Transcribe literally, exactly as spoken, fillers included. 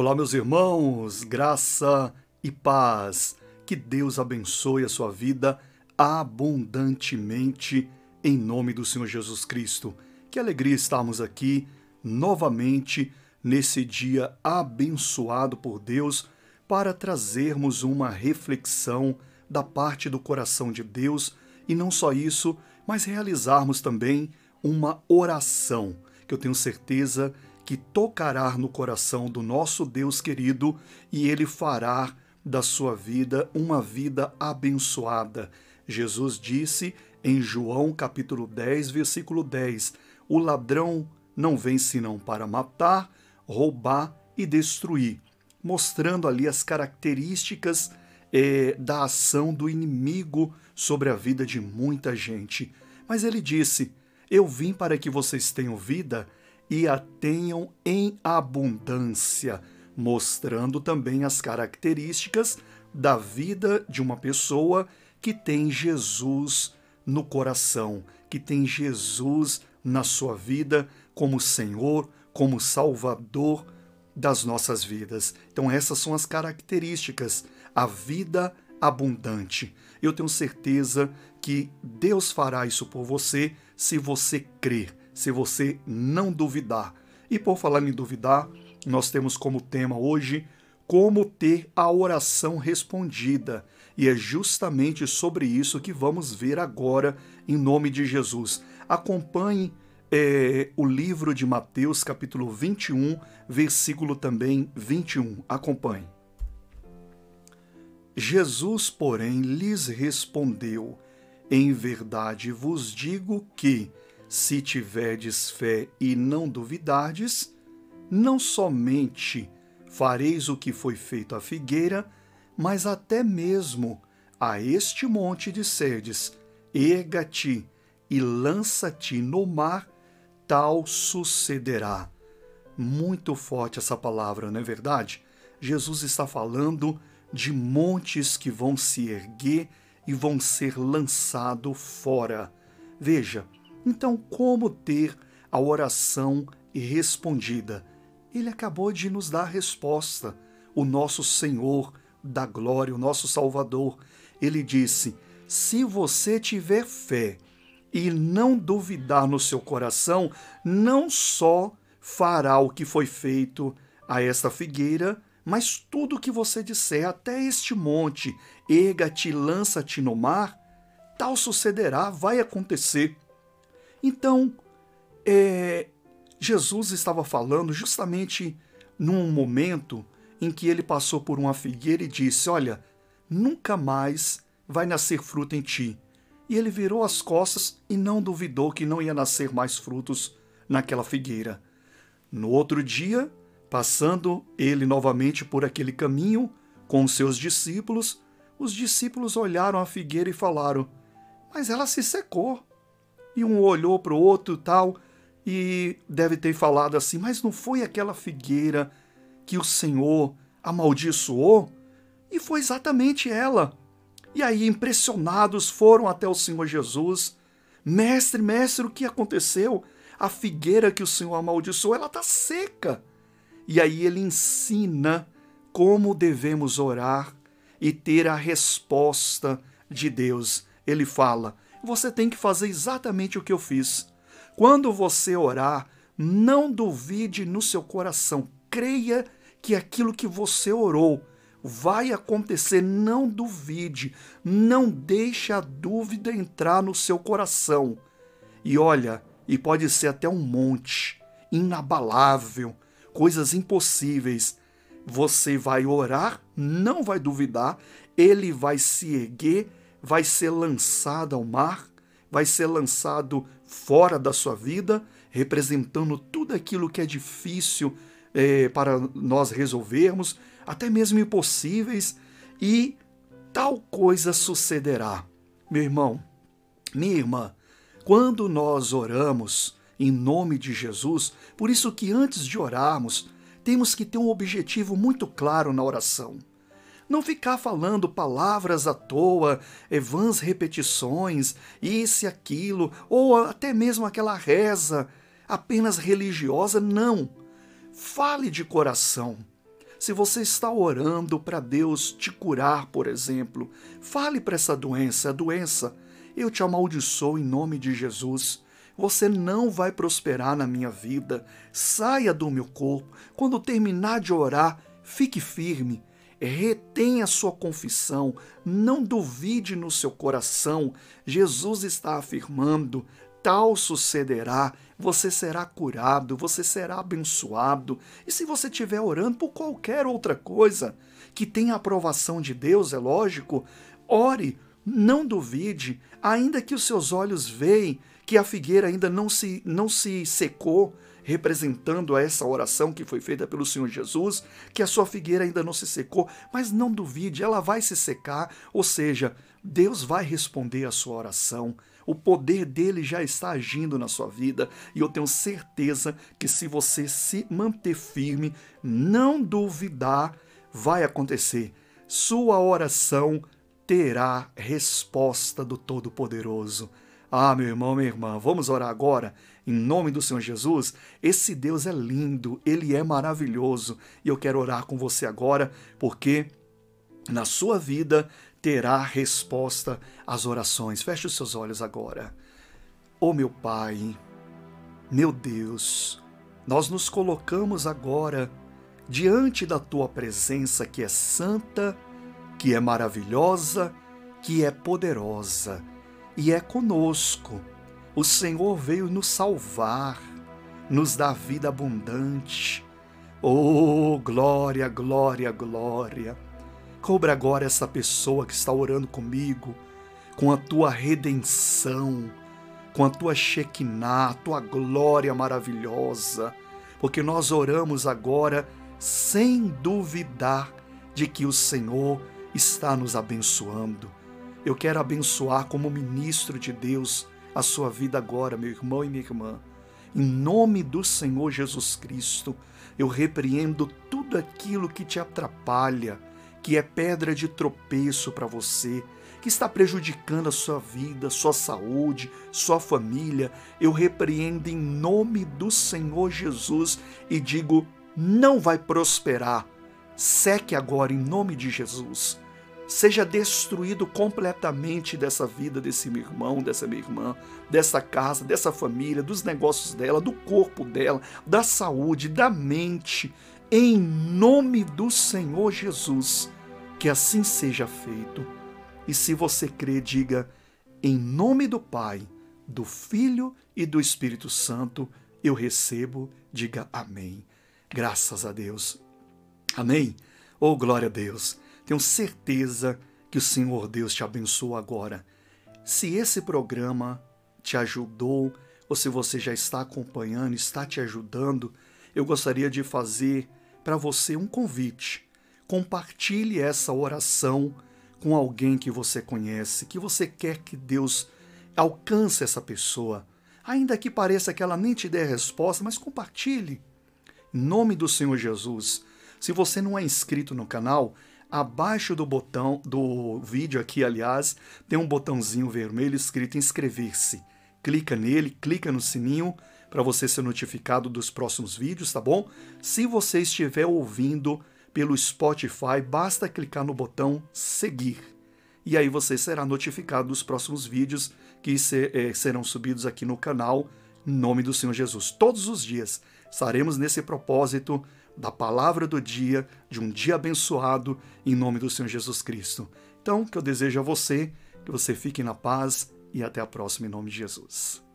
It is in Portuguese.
Olá, meus irmãos, graça e paz. Que Deus abençoe a sua vida abundantemente em nome do Senhor Jesus Cristo. Que alegria estarmos aqui novamente nesse dia abençoado por Deus para trazermos uma reflexão da parte do coração de Deus e não só isso, mas realizarmos também uma oração que eu tenho certeza que tocará no coração do nosso Deus querido e Ele fará da sua vida uma vida abençoada. Jesus disse em João capítulo dez, versículo dez, o ladrão não vem senão para matar, roubar e destruir, mostrando ali as características eh, da ação do inimigo sobre a vida de muita gente. Mas ele disse, eu vim para que vocês tenham vida e a tenham em abundância, mostrando também as características da vida de uma pessoa que tem Jesus no coração, que tem Jesus na sua vida como Senhor, como Salvador das nossas vidas. Então essas são as características, a vida abundante. Eu tenho certeza que Deus fará isso por você se você crer, se você não duvidar. E por falar em duvidar, nós temos como tema hoje como ter a oração respondida. E é justamente sobre isso que vamos ver agora, em nome de Jesus. Acompanhe é, o livro de Mateus, capítulo vinte e um, versículo também vinte e um. Acompanhe. Jesus, porém, lhes respondeu, em verdade vos digo que, se tiverdes fé e não duvidardes, não somente fareis o que foi feito à figueira, mas até mesmo a este monte disserdes, erga-te e lança-te no mar, tal sucederá. Muito forte essa palavra, não é verdade? Jesus está falando de montes que vão se erguer e vão ser lançados fora. Veja, então como ter a oração respondida? Ele acabou de nos dar a resposta, o nosso Senhor da glória, o nosso Salvador. Ele disse, se você tiver fé e não duvidar no seu coração, não só fará o que foi feito a esta figueira, mas tudo o que você disser, até este monte, erga-te, lança-te no mar, tal sucederá, vai acontecer. Então, é, Jesus estava falando justamente num momento em que ele passou por uma figueira e disse, olha, nunca mais vai nascer fruto em ti. E ele virou as costas e não duvidou que não ia nascer mais frutos naquela figueira. No outro dia, passando ele novamente por aquele caminho com os seus discípulos, os discípulos olharam a figueira e falaram, mas ela se secou. E um olhou para o outro tal, e deve ter falado assim, mas não foi aquela figueira que o Senhor amaldiçoou? E foi exatamente ela. E aí, impressionados, foram até o Senhor Jesus. Mestre, mestre, o que aconteceu? A figueira que o Senhor amaldiçoou, ela está seca. E aí ele ensina como devemos orar e ter a resposta de Deus. Ele fala, você tem que fazer exatamente o que eu fiz. Quando você orar, não duvide no seu coração. Creia que aquilo que você orou vai acontecer. Não duvide. Não deixe a dúvida entrar no seu coração. E olha, e pode ser até um monte, inabalável, coisas impossíveis. Você vai orar, não vai duvidar, ele vai se erguer, vai ser lançado ao mar, vai ser lançado fora da sua vida, representando tudo aquilo que é difícil é, para nós resolvermos, até mesmo impossíveis, e tal coisa sucederá. Meu irmão, minha irmã, quando nós oramos em nome de Jesus, por isso que antes de orarmos, temos que ter um objetivo muito claro na oração. Não ficar falando palavras à toa, vãs repetições, isso e aquilo, ou até mesmo aquela reza apenas religiosa, não. Fale de coração. Se você está orando para Deus te curar, por exemplo, fale para essa doença, a doença, eu te amaldiçoo em nome de Jesus. Você não vai prosperar na minha vida. Saia do meu corpo. Quando terminar de orar, fique firme. Retenha a sua confissão. Não duvide no seu coração. Jesus está afirmando: tal sucederá. Você será curado, você será abençoado. E se você estiver orando por qualquer outra coisa que tenha aprovação de Deus, é lógico, ore, não duvide, ainda que os seus olhos veem que a figueira ainda não se, não se secou, representando essa oração que foi feita pelo Senhor Jesus, que a sua figueira ainda não se secou, mas não duvide, ela vai se secar, ou seja, Deus vai responder a sua oração. O poder dele já está agindo na sua vida e eu tenho certeza que se você se manter firme, não duvidar, vai acontecer. Sua oração terá resposta do Todo-Poderoso. Ah, meu irmão, minha irmã, vamos orar agora? Em nome do Senhor Jesus? Esse Deus é lindo, Ele é maravilhoso e eu quero orar com você agora porque na sua vida terá resposta às orações. Feche os seus olhos agora. Oh, meu Pai, meu Deus, nós nos colocamos agora diante da Tua presença que é santa, que é maravilhosa, que é poderosa e é conosco. O Senhor veio nos salvar, nos dar vida abundante. Oh, glória, glória, glória. Cobra agora essa pessoa que está orando comigo, com a tua redenção, com a tua Shekinah, a tua glória maravilhosa, porque nós oramos agora sem duvidar de que o Senhor está nos abençoando. Eu quero abençoar como ministro de Deus a sua vida agora, meu irmão e minha irmã. Em nome do Senhor Jesus Cristo, eu repreendo tudo aquilo que te atrapalha, que é pedra de tropeço para você, que está prejudicando a sua vida, sua saúde, sua família. Eu repreendo em nome do Senhor Jesus e digo, não vai prosperar. Seque agora em nome de Jesus. Seja destruído completamente dessa vida, desse meu irmão, dessa minha irmã, dessa casa, dessa família, dos negócios dela, do corpo dela, da saúde, da mente. Em nome do Senhor Jesus, que assim seja feito. E se você crê, diga, em nome do Pai, do Filho e do Espírito Santo, eu recebo, diga amém. Graças a Deus. Amém? Oh, glória a Deus. Tenho certeza que o Senhor Deus te abençoa agora. Se esse programa te ajudou, ou se você já está acompanhando, está te ajudando, eu gostaria de fazer para você um convite. Compartilhe essa oração com alguém que você conhece, que você quer que Deus alcance essa pessoa. Ainda que pareça que ela nem te dê a resposta, mas compartilhe. Em nome do Senhor Jesus. Se você não é inscrito no canal, abaixo do botão do vídeo aqui, aliás, tem um botãozinho vermelho escrito inscrever-se. Clica nele, clica no sininho para você ser notificado dos próximos vídeos, tá bom? Se você estiver ouvindo pelo Spotify, basta clicar no botão seguir. E aí você será notificado dos próximos vídeos que ser, eh, serão subidos aqui no canal, em nome do Senhor Jesus. Todos os dias estaremos nesse propósito da palavra do dia, de um dia abençoado, em nome do Senhor Jesus Cristo. Então, que eu desejo a você, que você fique na paz e até a próxima em nome de Jesus.